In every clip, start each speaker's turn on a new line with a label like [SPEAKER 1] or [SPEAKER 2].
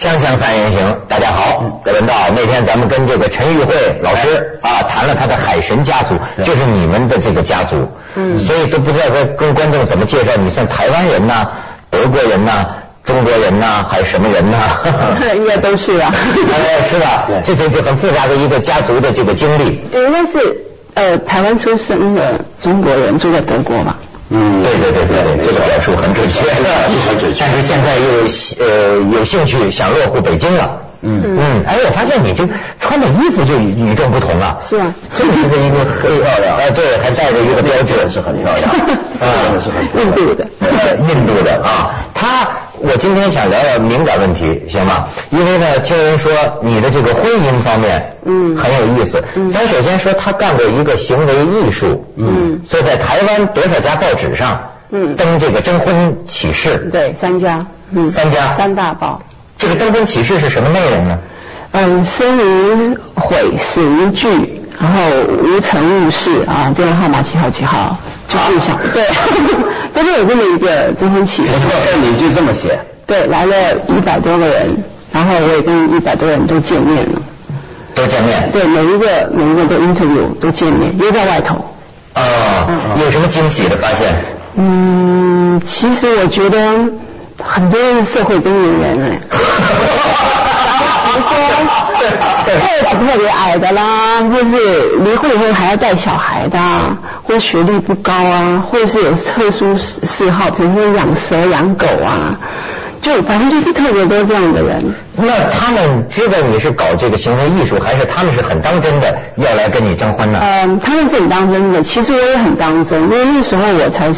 [SPEAKER 1] 锵锵三人行，大家好，在文道那天咱们跟这个陈玉慧老师谈了他的海神家族，就是你们的这个家族，所以都不知道跟观众怎么介绍，你算台湾人呐、德国人呐、中国人呐、还是什么人呐？
[SPEAKER 2] 应该都是啊。
[SPEAKER 1] 是吧？这很复杂的一个家族的这个经历。
[SPEAKER 2] 应该是台湾出生的中国人住在德国嘛。
[SPEAKER 1] 对，这个表述很准确，但是现在又有兴趣想落户北京了。哎，我发现你这穿的衣服就与众不同了。
[SPEAKER 2] 是啊，
[SPEAKER 1] 这么一个很漂亮，对，还带着一个标志，是很漂亮，是很
[SPEAKER 2] 印度的，
[SPEAKER 1] 印度的啊。我今天想聊聊敏感问题，行吗？因为呢，听人说你的这个婚姻方面，很有意思。咱首先说他干过一个行为艺术，所以在台湾多少家报纸上，登这个征婚启事，
[SPEAKER 2] 对，3家，3大报。这
[SPEAKER 1] 个登婚启事是什么内容呢？
[SPEAKER 2] 生于悔，死于惧，然后无成无事啊，电话号码几号几号，就是想对，这就有这么一个征婚启事。
[SPEAKER 1] 你就这么写？
[SPEAKER 2] 对，来了100多个人，然后我也跟100多人都见面了。
[SPEAKER 1] 都见面？
[SPEAKER 2] 对，每一个都 interview 都见面，约在外头。
[SPEAKER 1] 有什么惊喜的发现？
[SPEAKER 2] 其实我觉得很多人是社会边缘人哎。比如说特别矮的啦，或是离婚以后还要带小孩的啊，或学历不高啊，或者是有特殊嗜好，比如说养蛇养狗啊，就反正就是特别多这样的人。
[SPEAKER 1] 那他们知道你是搞这个行为艺术，还是他们是很当真的要来跟你征婚呢？
[SPEAKER 2] 他们是很当真的，其实我也很当真，因为那时候我才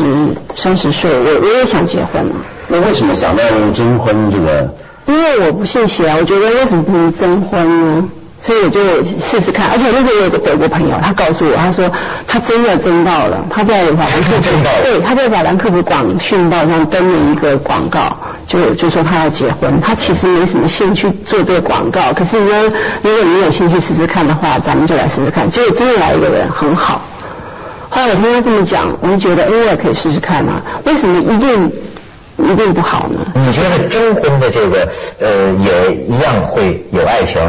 [SPEAKER 2] 30岁，我也想结婚了。
[SPEAKER 1] 那为什么想到征婚这个？
[SPEAKER 2] 因为我不信邪啊，我觉得为什么不能征婚呢？所以我就试试看，而且那时候我有个德国朋友，他告诉我，他说他真的征到了，他在法兰克福，对，他在法兰克福广讯报上登了一个广告，就说他要结婚，他其实没什么兴趣做这个广告，可是呢，如果你有兴趣试试看的话，咱们就来试试看。结果真的来一个人很好，后来我听他这么讲，我就觉得我也可以试试看啊，为什么一定不好呢？
[SPEAKER 1] 你觉得征婚的这个也一样会有爱情？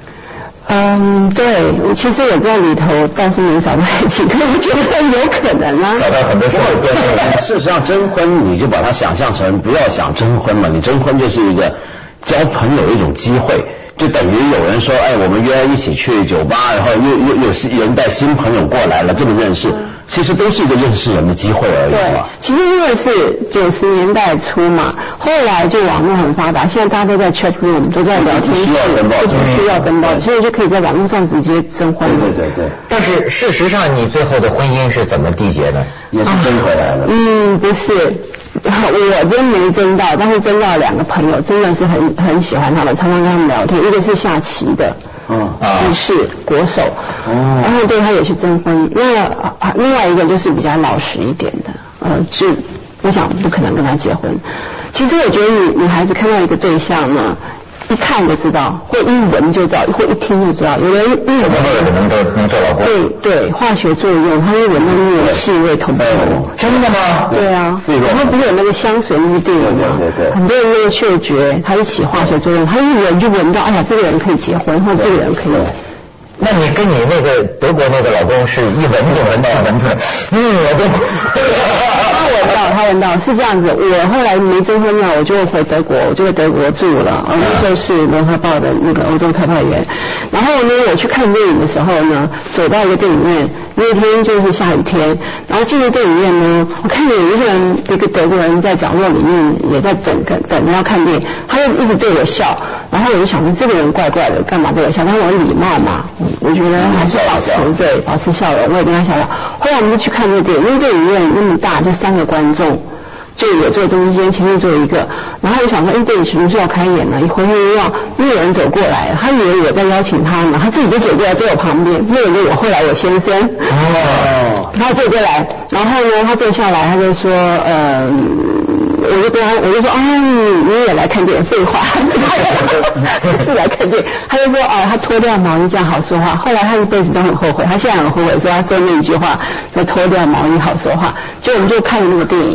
[SPEAKER 2] 对，其实我在里头倒是没找到爱情，可是我觉得有可能啊。
[SPEAKER 1] 找到很多社会边缘人。
[SPEAKER 3] 事实上，征婚你就把它想象成不要想征婚嘛，你征婚就是一个交朋友的一种机会，就等于有人说，哎，我们约一起去酒吧，然后又有人带新朋友过来了，这么认识。其实都是一个认识人的机会而已嘛。
[SPEAKER 2] 对，其实因为是90年代初嘛，后来就网络很发达，现在大家都在 chat room 都在聊天室，就不需要登报，所以就可以在网络上直接征婚。
[SPEAKER 3] 对。
[SPEAKER 1] 但是事实上，你最后的婚姻是怎么缔结的？
[SPEAKER 3] 也是征回来的。
[SPEAKER 2] 不是，我真没征到，但是征到2个朋友，真的是很喜欢他们，常常跟他们聊天。一个是下棋的。棋士国手，然后对他也去征婚。那另外一个就是比较老实一点的，就我想不可能跟他结婚。其实我觉得女孩子看到一个对象呢，一看就知道，或一闻就知道，或一听就知道。有人什么
[SPEAKER 1] 味道能做老公？
[SPEAKER 2] 对，化学作用，他一闻到那个气味同步。
[SPEAKER 1] 真的吗？
[SPEAKER 2] 对啊，然后不是有那个香水那个电影吗？对，很多人那个嗅觉，它一起化学作用，他一闻就闻到，哎呀，这个人可以结婚，或者这个人可以。
[SPEAKER 1] 那你跟你那个德国那个老公是一闻就闻出来，我都
[SPEAKER 2] 他闻到是这样子。我后来没征婚了，我就回德国，我就在德国住了。那时候是联合报的那个欧洲特派员。然后呢，我去看电影的时候呢，走到一个电影院，那天就是下雨天，然后进入电影院呢，我看见有一个德国人在角落里面也在等着要看电影，他就一直对我笑，然后我就想说这个人怪怪的，干嘛对我笑？但是我礼貌嘛，我觉得还是保持笑容，我也跟他笑笑。后来我们就去看这个电影，因为电影院那么大，就3个观众。就我坐中间，前面坐一个，然后我想说，电影是要开演了，一回头一望，那个人走过来，他以为我在邀请他呢，他自己就走过来坐我旁边，那个人后来我先生，他坐过来，然后呢，他坐下来，他就说，我就说，你也来看电影，废话，是来看电影，他就说，他脱掉毛衣这样好说话，后来他一辈子都很后悔，他现在很后悔，说他说那一句话，说脱掉毛衣好说话，就我们就看了那个电影。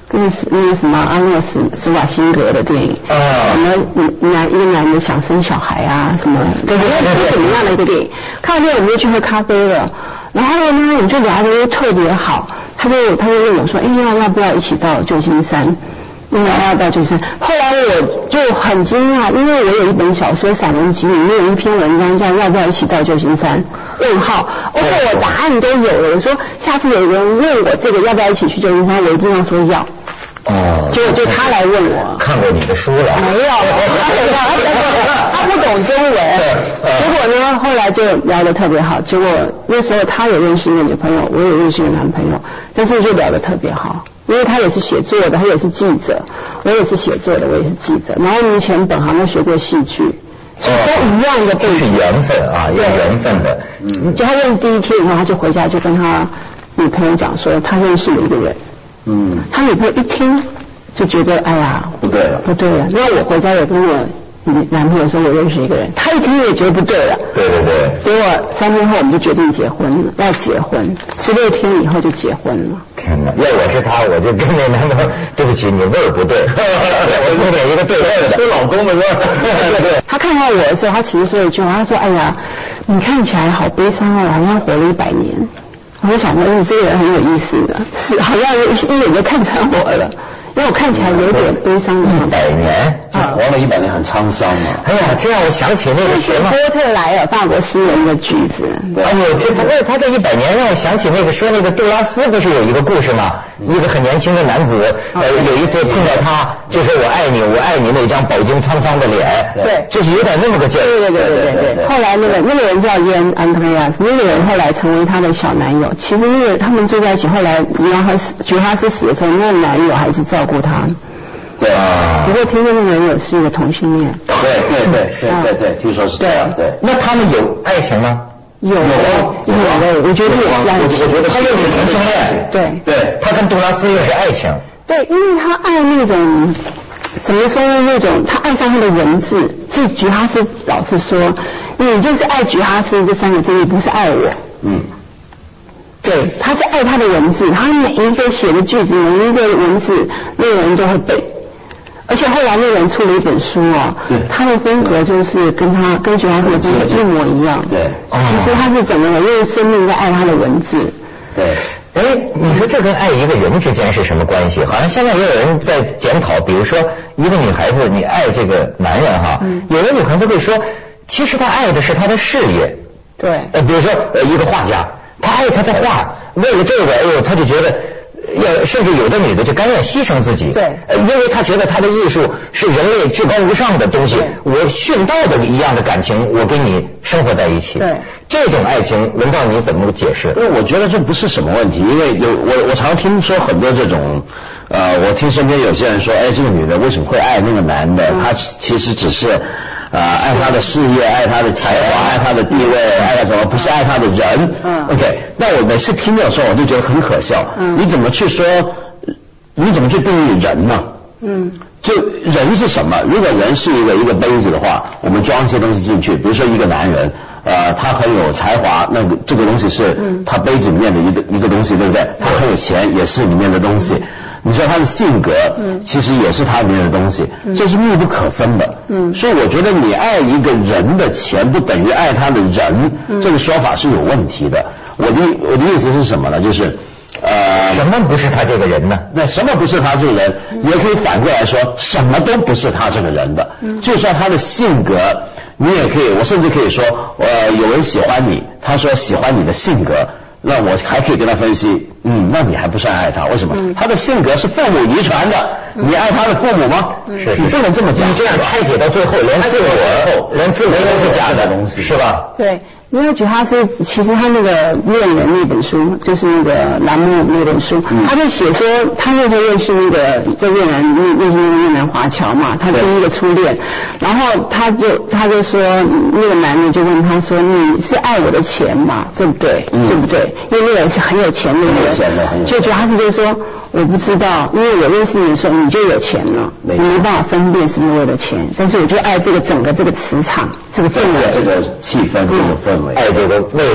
[SPEAKER 2] 跟那个什么阿诺施瓦辛格的电影，什么一个男的想生小孩啊什么，对，是怎么样的一个电影？看完电影我们就去喝咖啡了，然后呢我们就聊得特别好，他就问我说，要不要一起到旧金山？要到旧金山。后来我就很惊讶，因为我有一本小说散文集，里面有一篇文章叫《要不要一起到旧金山？》而且我答案都有了。我说下次有人问我这个要不要一起去旧金山，我一定要说要。结果就他来问我，
[SPEAKER 1] 看过你的书了？
[SPEAKER 2] 没有，他不懂中文。结果呢，后来就聊得特别好。结果那时候他有认识一个女朋友，我有认识一个男朋友，但是就聊得特别好。因为他也是写作的，他也是记者，我也是写作的，我也是记者。然后我们以前本行都学过戏剧，都一样的背景。
[SPEAKER 1] 是缘分啊，有缘分的。
[SPEAKER 2] 就他认识第一天以后，他就回家就跟他女朋友讲说，他认识了一个人。他女朋友一听就觉得，哎呀，不对了。那我回家也跟我男朋友说，我认识一个人，他一听也觉得不对了。对。结果3天后我们就决定结婚了，要结婚，16天以后就结婚了。
[SPEAKER 1] 天哪！要我是他，我就跟那男朋友，对不起，你味儿不对，我有点一个对味的，
[SPEAKER 3] 是老公的味儿。
[SPEAKER 2] 他看到我的时候，他其实说一句话，他说：“哎呀，你看起来好悲伤哦，好像活了100年。”我就想说，这个人很有意思的，是好像一眼就看穿我了。因为我看起来有点悲伤的。
[SPEAKER 1] 100年，
[SPEAKER 3] 活了100年很沧桑嘛。
[SPEAKER 1] 哎呀，这让我想起那个什么
[SPEAKER 2] 波特莱尔法国诗人的句子。
[SPEAKER 1] 他这100年让我想起那个说那个杜拉斯不是有一个故事吗？一个很年轻的男子，有一次碰到他，就说我爱你那张饱经沧桑的脸，
[SPEAKER 2] 对，
[SPEAKER 1] 就是有点那么个劲儿。
[SPEAKER 2] 对。后来那个人叫约安·安特雷亚斯，那个人后来成为他的小男友。其实那个他们住在一起，后来菊哈斯死的时候，那个男友还是照顾他。
[SPEAKER 3] 对啊。
[SPEAKER 2] 不过听说那个人有是一个同性恋。
[SPEAKER 3] 对，听说是这样。对。
[SPEAKER 1] 那他们有爱情吗？
[SPEAKER 2] 有，我觉得也是爱情。
[SPEAKER 1] 我觉得他又是同性恋。对，他跟杜拉斯又是爱情。
[SPEAKER 2] 对，因为他爱那种怎么说呢？那种他爱上他的文字，所以菊哈斯老是说，你就是爱菊哈斯这3个字，你不是爱我。对，他是爱他的文字，他每一个写的句子，每一个文字，那个人都会背。而且后来那个人出了一本书他的风格就是跟菊哈斯的风格一模一样。对，其实他是怎么用生命在爱他的文字。
[SPEAKER 1] 对。你说这跟爱一个人之间是什么关系？好像现在也有人在检讨，比如说一个女孩子，你爱这个男人有的女孩子会说，其实她爱的是他的事业。
[SPEAKER 2] 对。
[SPEAKER 1] 比如说一个画家，他爱他的画，为了这个，他就觉得甚至有的女的就甘愿牺牲自己。
[SPEAKER 2] 对。
[SPEAKER 1] 因为他觉得他的艺术是人类至高无上的东西，我殉道的一样的感情，我跟你生活在一起。
[SPEAKER 2] 对。
[SPEAKER 1] 这种爱情轮到你怎么解释？
[SPEAKER 3] 因为我觉得这不是什么问题，因为我常听说很多这种我听身边有些人说，这个女的为什么会爱那个男的？她其实只是爱他的事业，爱他的才华，爱他的地位，爱他什么？不是爱他的人。OK， 那我每次听到的时候，我就觉得很可笑。你怎么去定义人呢？就人是什么？如果人是一个杯子的话，我们装一些东西进去，比如说一个男人，他很有才华，那这个东西是他杯子里面的一个东西，对不对？他很有钱，也是里面的东西。你说他的性格，其实也是他里面的东西，这是密不可分的。所以我觉得你爱一个人的钱，不等于爱他的人，这个说法是有问题的。我的意思是什么呢？就是
[SPEAKER 1] 什么不是他这个人呢？
[SPEAKER 3] 那什么不是他这个人，也可以反过来说，什么都不是他这个人的。就算他的性格，你也可以，我甚至可以说，有人喜欢你，他说喜欢你的性格，那我还可以跟他分析，那你还不算爱他，为什么？他的性格是父母遗传的，你爱他的父母吗？你不能这么讲。
[SPEAKER 1] 你这样拆解到最后，连自我都是假的东西，是吧？
[SPEAKER 2] 对。因为菊哈斯其实他那个恋人那本书，就是那个栏目那本书，他就写说他那时候认识那个在越南华侨嘛，他第一个初恋，然后他就说那个男的就问他说，你是爱我的钱嘛，对不对？对不对？因为那个人是很有钱的人，就菊哈斯就说我不知道，因为我认识你的时候你就有钱了，你没办法分辨是不是为了钱，但是我就爱这个整个这个磁场，这个氛围，
[SPEAKER 3] 这个气氛，这个氛围。
[SPEAKER 1] 爱这个味道，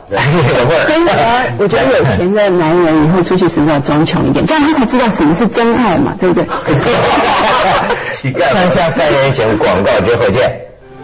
[SPEAKER 1] 这个味儿。
[SPEAKER 2] 真的，我觉得有钱的男人以后出去是不是要装穷一点，这样他才知道什么是真爱嘛，对不对？
[SPEAKER 1] 锵锵三人行，广告之后见。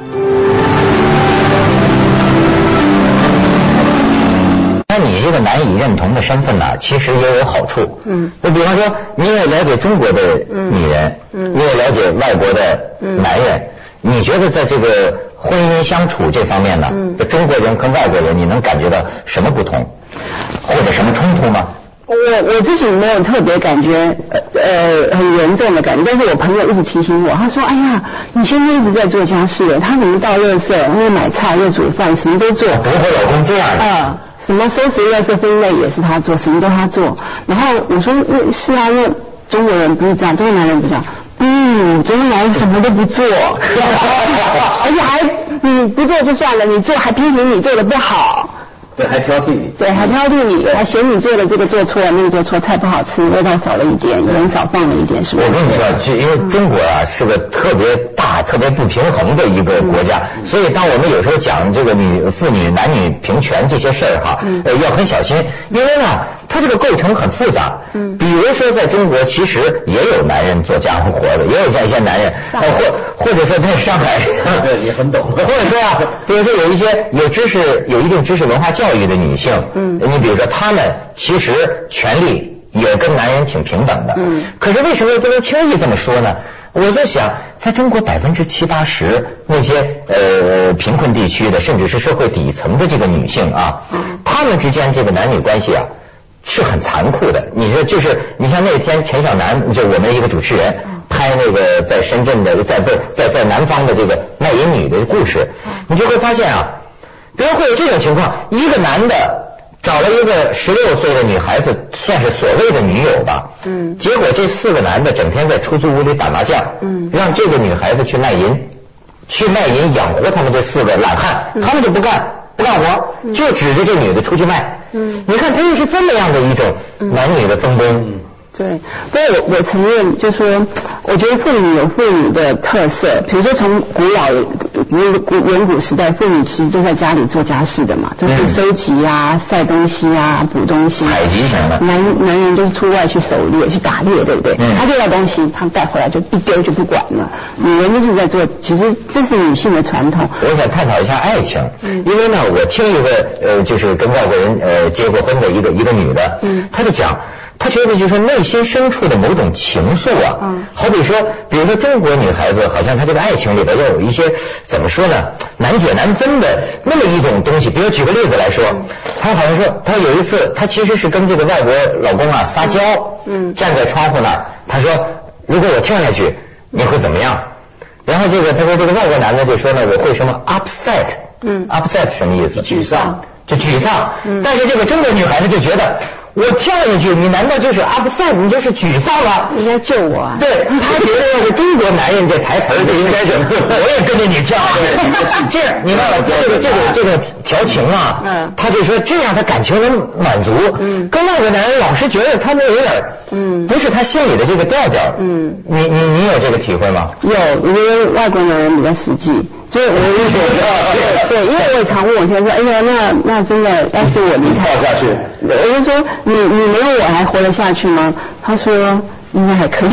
[SPEAKER 1] 那你这个难以认同的身份呢，其实也有好处。就比方说，你也了解中国的女人，你也了解外国的男人，你觉得在这个婚姻相处这方面呢，中国人跟外国人，你能感觉到什么不同，或者什么冲突吗？
[SPEAKER 2] 我自己没有特别感觉很严重的感觉，但是我朋友一直提醒我，他说：“哎呀，你现在一直在做家事，他怎么倒垃圾，又买菜又煮饭，什么都做。”
[SPEAKER 1] 德国老公这样的。
[SPEAKER 2] 什么收拾垃圾分类也是他做，什么都他做。然后我说是啊，那中国人不是这样，中国男人不这样。中国男人什么都不做，而且还你不做就算了，你做还批评你做的不好。
[SPEAKER 3] 对，还挑剔你。
[SPEAKER 2] 对，还挑剔你，还嫌你做的这个做错了，那个做错，菜不好吃，味道少了一点，盐少放了一点，是不是？
[SPEAKER 1] 我跟你说，就因为中国啊是个特别大、特别不平衡的一个国家，所以当我们有时候讲这个妇女男女平权这些事儿哈，要很小心，因为呢，它这个构成很复杂。比如说在中国，其实也有男人做家务活的，也有这样一些男人，或者说在上海，
[SPEAKER 3] 对，你很懂。
[SPEAKER 1] 或者说啊，比如说有一些有知识、有一定知识文化教育的女性，你比如说她们其实权利也跟男人挺平等的，可是为什么不能轻易这么说呢？我就想，在中国70%-80%那些贫困地区的，甚至是社会底层的这个女性啊，她们之间这个男女关系啊是很残酷的。你说就是你像那天陈小南，就我们一个主持人拍那个在深圳的在南方的这个卖淫女的故事，你就会发现啊，比如会有这种情况，一个男的找了一个16岁的女孩子，算是所谓的女友吧，结果这4个男的整天在出租屋里打麻将，让这个女孩子去卖淫养活他们这4个懒汉，他们就不干活，就指着这女的出去卖。你看，他又是这么样的一种男女的分工。
[SPEAKER 2] 对，不过我承认，就说我觉得妇女有妇女的特色，比如说从古老远古时代，妇女其实都在家里做家事的嘛，就是收集啊、晒东西啊、补东西、
[SPEAKER 1] 采集型的。
[SPEAKER 2] 男人就是出外去狩猎、去打猎，对不对？他丢到东西，他们带回来就一丢就不管了。女人就是在做，其实这是女性的传统。
[SPEAKER 1] 我想探讨一下爱情，因为呢，我听一个就是跟外国人结过婚的一个女的，她就讲。他觉得就是内心深处的某种情愫啊，好比说，比如说中国女孩子，好像她这个爱情里边要有一些怎么说呢，难解难分的那么一种东西。比如举个例子来说，她好像说，她有一次，她其实是跟这个外国老公啊撒娇，站在窗户那儿，她说，如果我跳下去，你会怎么样？然后她说这个外国男的就说呢，我会什么 upset，upset 什么意思？
[SPEAKER 3] 沮丧，
[SPEAKER 1] 就沮丧。但是这个中国女孩子就觉得。我跳下去，你难道就是 upset， 你就是沮丧吗？
[SPEAKER 2] 应该救我啊！
[SPEAKER 1] 对，他觉得要是中国男人这台词就应该是我也跟着你跳。这样，你看这个调情啊，他就说这样他感情能满足。跟外国男人老是觉得他们有点不是他心里的这个调调。你有这个体会吗？
[SPEAKER 2] 有，因为外国男人比较实际。所以我就觉得，对，因为我也常问我先生，哎呀，那真的要是我离开
[SPEAKER 3] 下去，
[SPEAKER 2] 我就说你没有我还活得下去吗？他说应该还可以。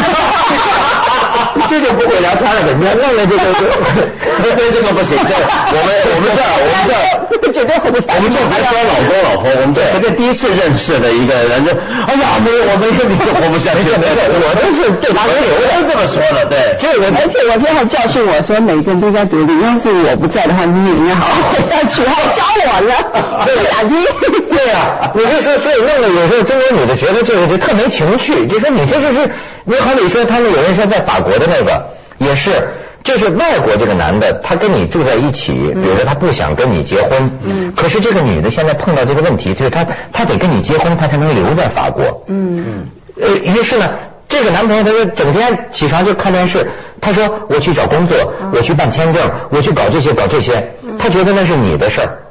[SPEAKER 1] 这就不会聊天了，你要弄了这个，
[SPEAKER 3] 这个不行。这我们这
[SPEAKER 2] 绝对活不下去。
[SPEAKER 3] 我们这还说老公老婆，我们这随便第一次认识的一个人就，哎呀，我没有你就活不下去。
[SPEAKER 2] 我都是对他
[SPEAKER 3] 都这么说的，对。
[SPEAKER 2] 而且我现在还教训我说，每个人都该独立，要是我不在的话，你也应该好好活下去，还教我呢，不想听。
[SPEAKER 1] 对呀，你就说，所以弄得有时候中国女的觉得这个就特没情趣，就说你这就是，你好比说他们有人说在法国的那个也是。就是外国这个男的，他跟你住在一起，比如说他不想跟你结婚，可是这个女的现在碰到这个问题，就是他得跟你结婚，他才能留在法国。于是呢，这个男朋友他就整天起床就看电视，他说我去找工作，我去办签证，我去搞这些，他觉得那是你的事儿，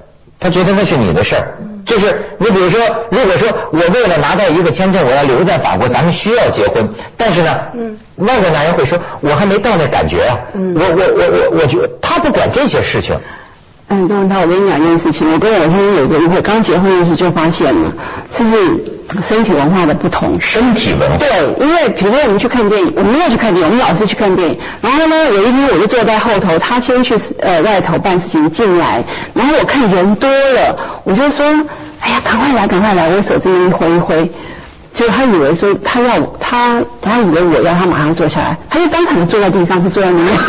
[SPEAKER 1] 就是你比如说，如果说我为了拿到一个签证，我要留在法国，咱们需要结婚，但是呢，外国男人会说，我还没到那感觉啊，我觉得他不管这些事情。
[SPEAKER 2] 钟文涛，我跟你讲一件事情，我跟我先生有个误会，刚结婚的时候就发现了，这是身体文化的不同。
[SPEAKER 1] 身体文化。
[SPEAKER 2] 对，因为比如说我们去看电影，我们没有去看电影，我们老是去看电影。然后呢，有一天我就坐在后头，他先去外头办事情进来，然后我看人多了，我就说，哎呀，赶快来，赶快来！我手这边一挥一挥。结果他以为说他以为我要他马上坐下来，他就当场坐在地上，是坐在那边。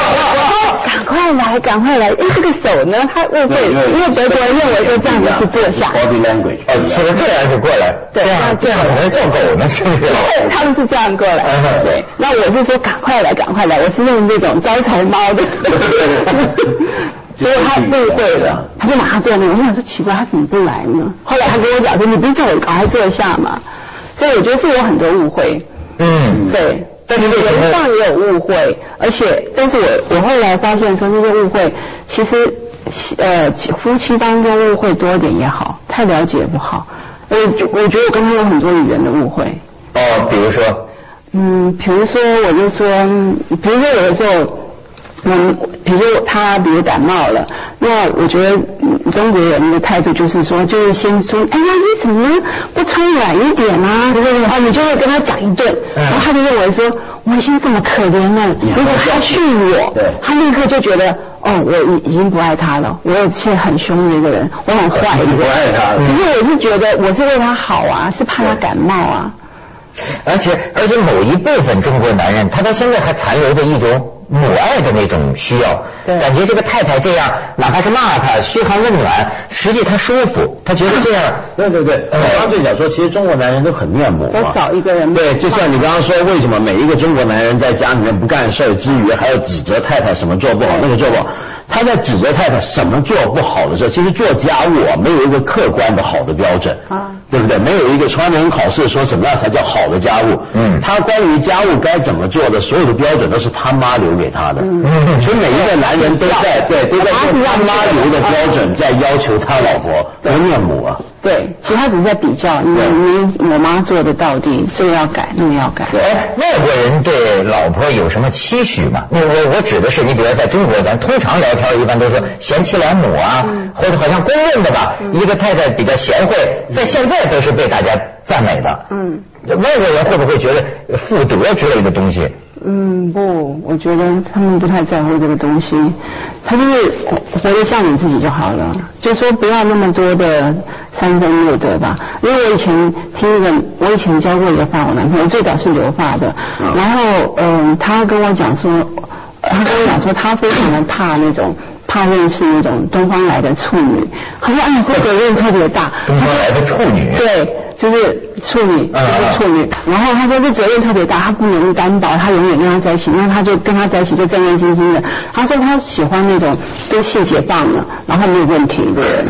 [SPEAKER 2] 赶快来！这个手呢，他误会，因为德国人认为说这样子是坐下。
[SPEAKER 3] Body language。
[SPEAKER 1] 说这样是过来，
[SPEAKER 2] 对，
[SPEAKER 1] 这样可能叫狗呢，是不是？
[SPEAKER 2] 对，他们是这样过来。对，那我是说赶快来，我是用这种招财猫的。所以他误会了，他就马上坐那。我想说奇怪，他怎么不来呢？后来他跟我讲说，你不是叫我赶快坐下吗？所以我觉得是有很多误会。对。但是人上也有误会，但是我后来发现说，这些误会其实夫妻当中误会多一点也好，太了解不好。我觉得我跟他有很多语言的误会。
[SPEAKER 1] 比如说，
[SPEAKER 2] 比如说我就说，比如说有的时候。比如感冒了，那我觉得中国人的态度就是说，就是先说，哎呀，你怎么不穿软一点啊？然后你就会跟他讲一顿，然后他就认为说，我已经这么可怜了，如果他训我，他立刻就觉得，我已经不爱他了，我也是很凶的一个人，我很坏的一个人，
[SPEAKER 3] 不爱他了。
[SPEAKER 2] 可是我是觉得我是为他好啊，是怕他感冒啊。
[SPEAKER 1] 而且某一部分中国男人，他到现在还残留着一种母爱的那种需要，感觉这个太太这样，哪怕是骂他嘘寒问暖，实际他舒服，他觉得这样。
[SPEAKER 3] 对。我刚最想说，其实中国男人都很恋母嘛，
[SPEAKER 2] 都找一个人。
[SPEAKER 3] 对，就像你刚刚说，为什么每一个中国男人在家里面不干事之余，还要指责太太什么做不好，那个做不好。他在指责太太什么做不好的时候，其实做家务没有一个客观的好的标准，对不对？没有一个传统考试说什么样才叫好的家务。他关于家务该怎么做的所有的标准都是他妈留给他的。所以每一个男人都在用他妈留的标准在要求他老婆不恋母啊。
[SPEAKER 2] 对，其实他只是在比较，因为我妈做的到底，这个要改，那个要改。
[SPEAKER 1] 外国人对老婆有什么期许吗？我指的是，你比如在中国，咱通常聊天一般都说贤妻良母啊，或者好像公认的吧，一个太太比较贤惠，在现在都是被大家赞美的。外国人会不会觉得妇德之类的东西？
[SPEAKER 2] 不，我觉得他们不太在乎这个东西，他就是活得像你自己就好了，就说不要那么多的三分六德吧。因为我以前教过一个法国男朋友，最早是留发的，然后他跟我讲说，他非常的怕认识那种东方来的处女，他说这责任特别大。
[SPEAKER 1] 东方来的处女？
[SPEAKER 2] 对。就是处女，然后他说这责任特别大，他不能担保他永远跟他在一起，那他就跟他在一起就战战兢兢的。他说他喜欢那种都性解放了，然后没有问题的人。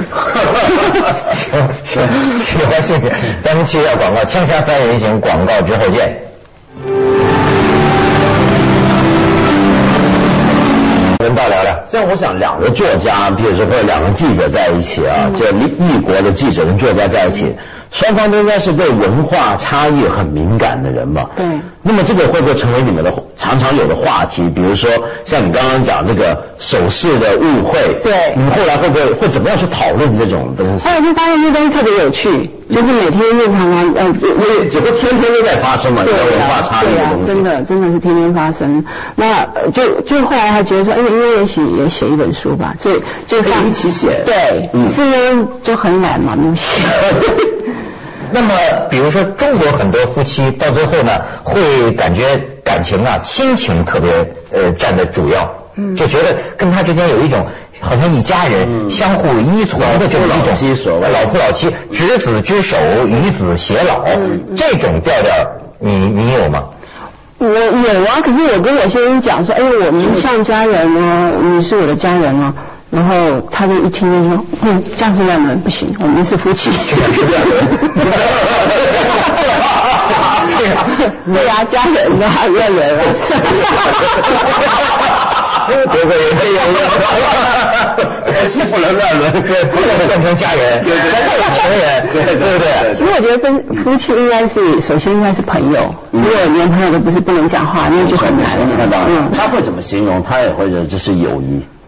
[SPEAKER 1] 行，喜欢性别。咱们去一下广告，锵锵三人行，广告之后见。文道聊聊，
[SPEAKER 3] 这样我想两个作家，比如说或者两个记者在一起啊，就异国的记者跟作家在一起，双方都应该是对文化差异很敏感的人嘛。
[SPEAKER 2] 对。
[SPEAKER 3] 那么这个会不会成为你们的常常有的话题？比如说像你刚刚讲这个手势的误会，
[SPEAKER 2] 对，
[SPEAKER 3] 你们后来会怎么样去讨论这种东西？
[SPEAKER 2] 后来就发现这东西特别有趣，就是每天日常
[SPEAKER 3] 只不过天天都在发生嘛，这个文化差异的东西。
[SPEAKER 2] 真的是天天发生。那就后来还觉得说，因为也写一本书吧，就
[SPEAKER 3] 一起写。
[SPEAKER 2] 对，是呢就很懒嘛，没有写。
[SPEAKER 1] 那么比如说中国很多夫妻到最后呢，会感觉感情亲情特别占的主要，就觉得跟他之间有一种好像一家人相互依存的这么一种老夫老妻执子之手与子偕老，这种调调你有吗？
[SPEAKER 2] 我有啊，可是我跟我先生讲说，我们像家人哦，你是我的家人哦。然后他就一听就说，这样是外门不行，我们是夫妻。
[SPEAKER 1] 这样是外门。
[SPEAKER 2] 对啊，家人啊，外人啊。
[SPEAKER 1] 德国人这样，既不能乱伦，不能变成家人，对，情人，对不对？
[SPEAKER 2] 其实我觉得跟夫妻应该是，首先应该是朋友。如果连朋友都不能讲话，那就很难了。
[SPEAKER 3] 他会怎么形容？他也会觉得这是友谊。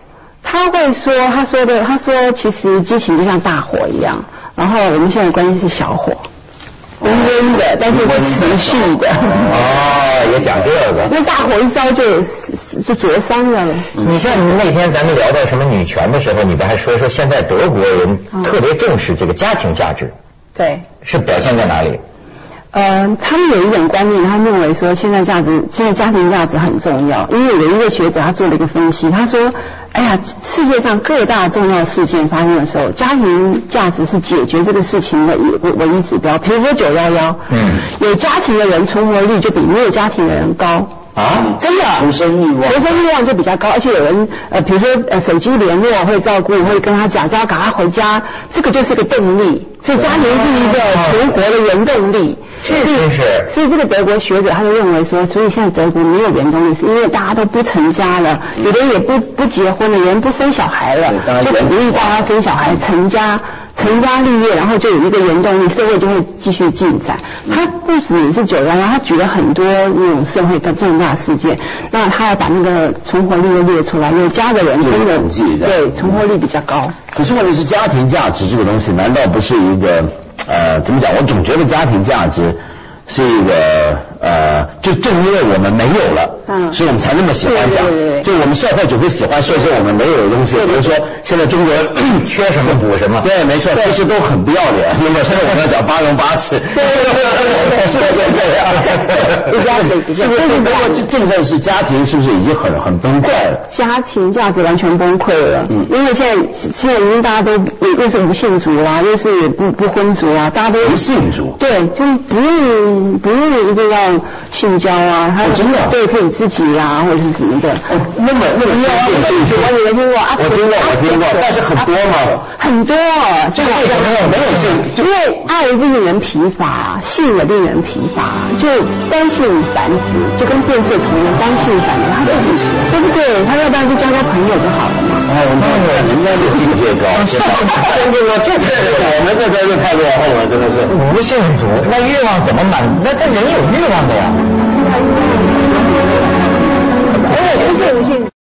[SPEAKER 2] 他会说，他说其实激情就像大火一样，然后我们现在的关系是小火，温温的，但是是持续的。
[SPEAKER 1] 哦，也讲这个。
[SPEAKER 2] 那大火一烧就灼伤了。
[SPEAKER 1] 你像那天咱们聊到什么女权的时候，你不还说现在德国人特别重视这个家庭价值？
[SPEAKER 2] 对，
[SPEAKER 1] 是表现在哪里？
[SPEAKER 2] 他们有一种观念，他认为说现在家庭价值很重要，因为有一个学者他做了一个分析，他说，哎呀，世界上各大重要事件发生的时候，家庭价值是解决这个事情的唯一指标。比如说911，有家庭的人存活率就比没有家庭的人高。啊，真的，
[SPEAKER 3] 求生欲
[SPEAKER 2] 望就比较高，而且有人比如说手机联络会照顾，会跟他讲，叫他赶快回家，这个就是个动力。所以家庭是一个存活的原动力。
[SPEAKER 1] 是。
[SPEAKER 2] 所以这个德国学者他就认为说，所以现在德国没有原动力，是因为大家都不成家了，有的人也不结婚了，有人不生小孩了，就鼓励大家生小孩，成家立业，然后就有一个原动力，社会就会继续进展。他不只是911，他举了很多那种社会的重大事件，那他要把那个存活率又列出来，有家的人真的对存活率比较高。
[SPEAKER 3] 可是问题是家庭价值这个东西，难道不是一个怎么讲？我总觉得家庭价值是一个就正因为我们没有了，所以我们才那么喜欢讲，就我们社会就会喜欢说一些我们没有的东西，比如说现在中国
[SPEAKER 1] 缺什么补什么，
[SPEAKER 3] 对，没错，其实都很不要脸。那么所以我们要讲八荣八耻，是不是这样？是不是？不过正正是家庭，是不是已经很崩溃了？
[SPEAKER 2] 家庭价值完全崩溃了，因为现在已经大家都又是无性族啊，又是不婚族啊，大家都
[SPEAKER 3] 无性族，
[SPEAKER 2] 对，就是不用一定要性交啊，他
[SPEAKER 3] 真的
[SPEAKER 2] 对付你自己啊，或者是什么的。
[SPEAKER 3] 那么你没
[SPEAKER 2] 听过？
[SPEAKER 3] 我听过，但是很多嘛，
[SPEAKER 2] 很多，就为什么没有性？因为爱令人疲乏，性也令人疲乏，就单性繁殖，就跟变色虫一样，单性繁殖，他自己对不对？他要不然就交朋友就好了嘛。
[SPEAKER 3] 人家的境界高，这是我们这真是太落后了，真的是
[SPEAKER 1] 无性族，那欲望怎么满？那这人有欲望的呀。
[SPEAKER 2] 不是无性。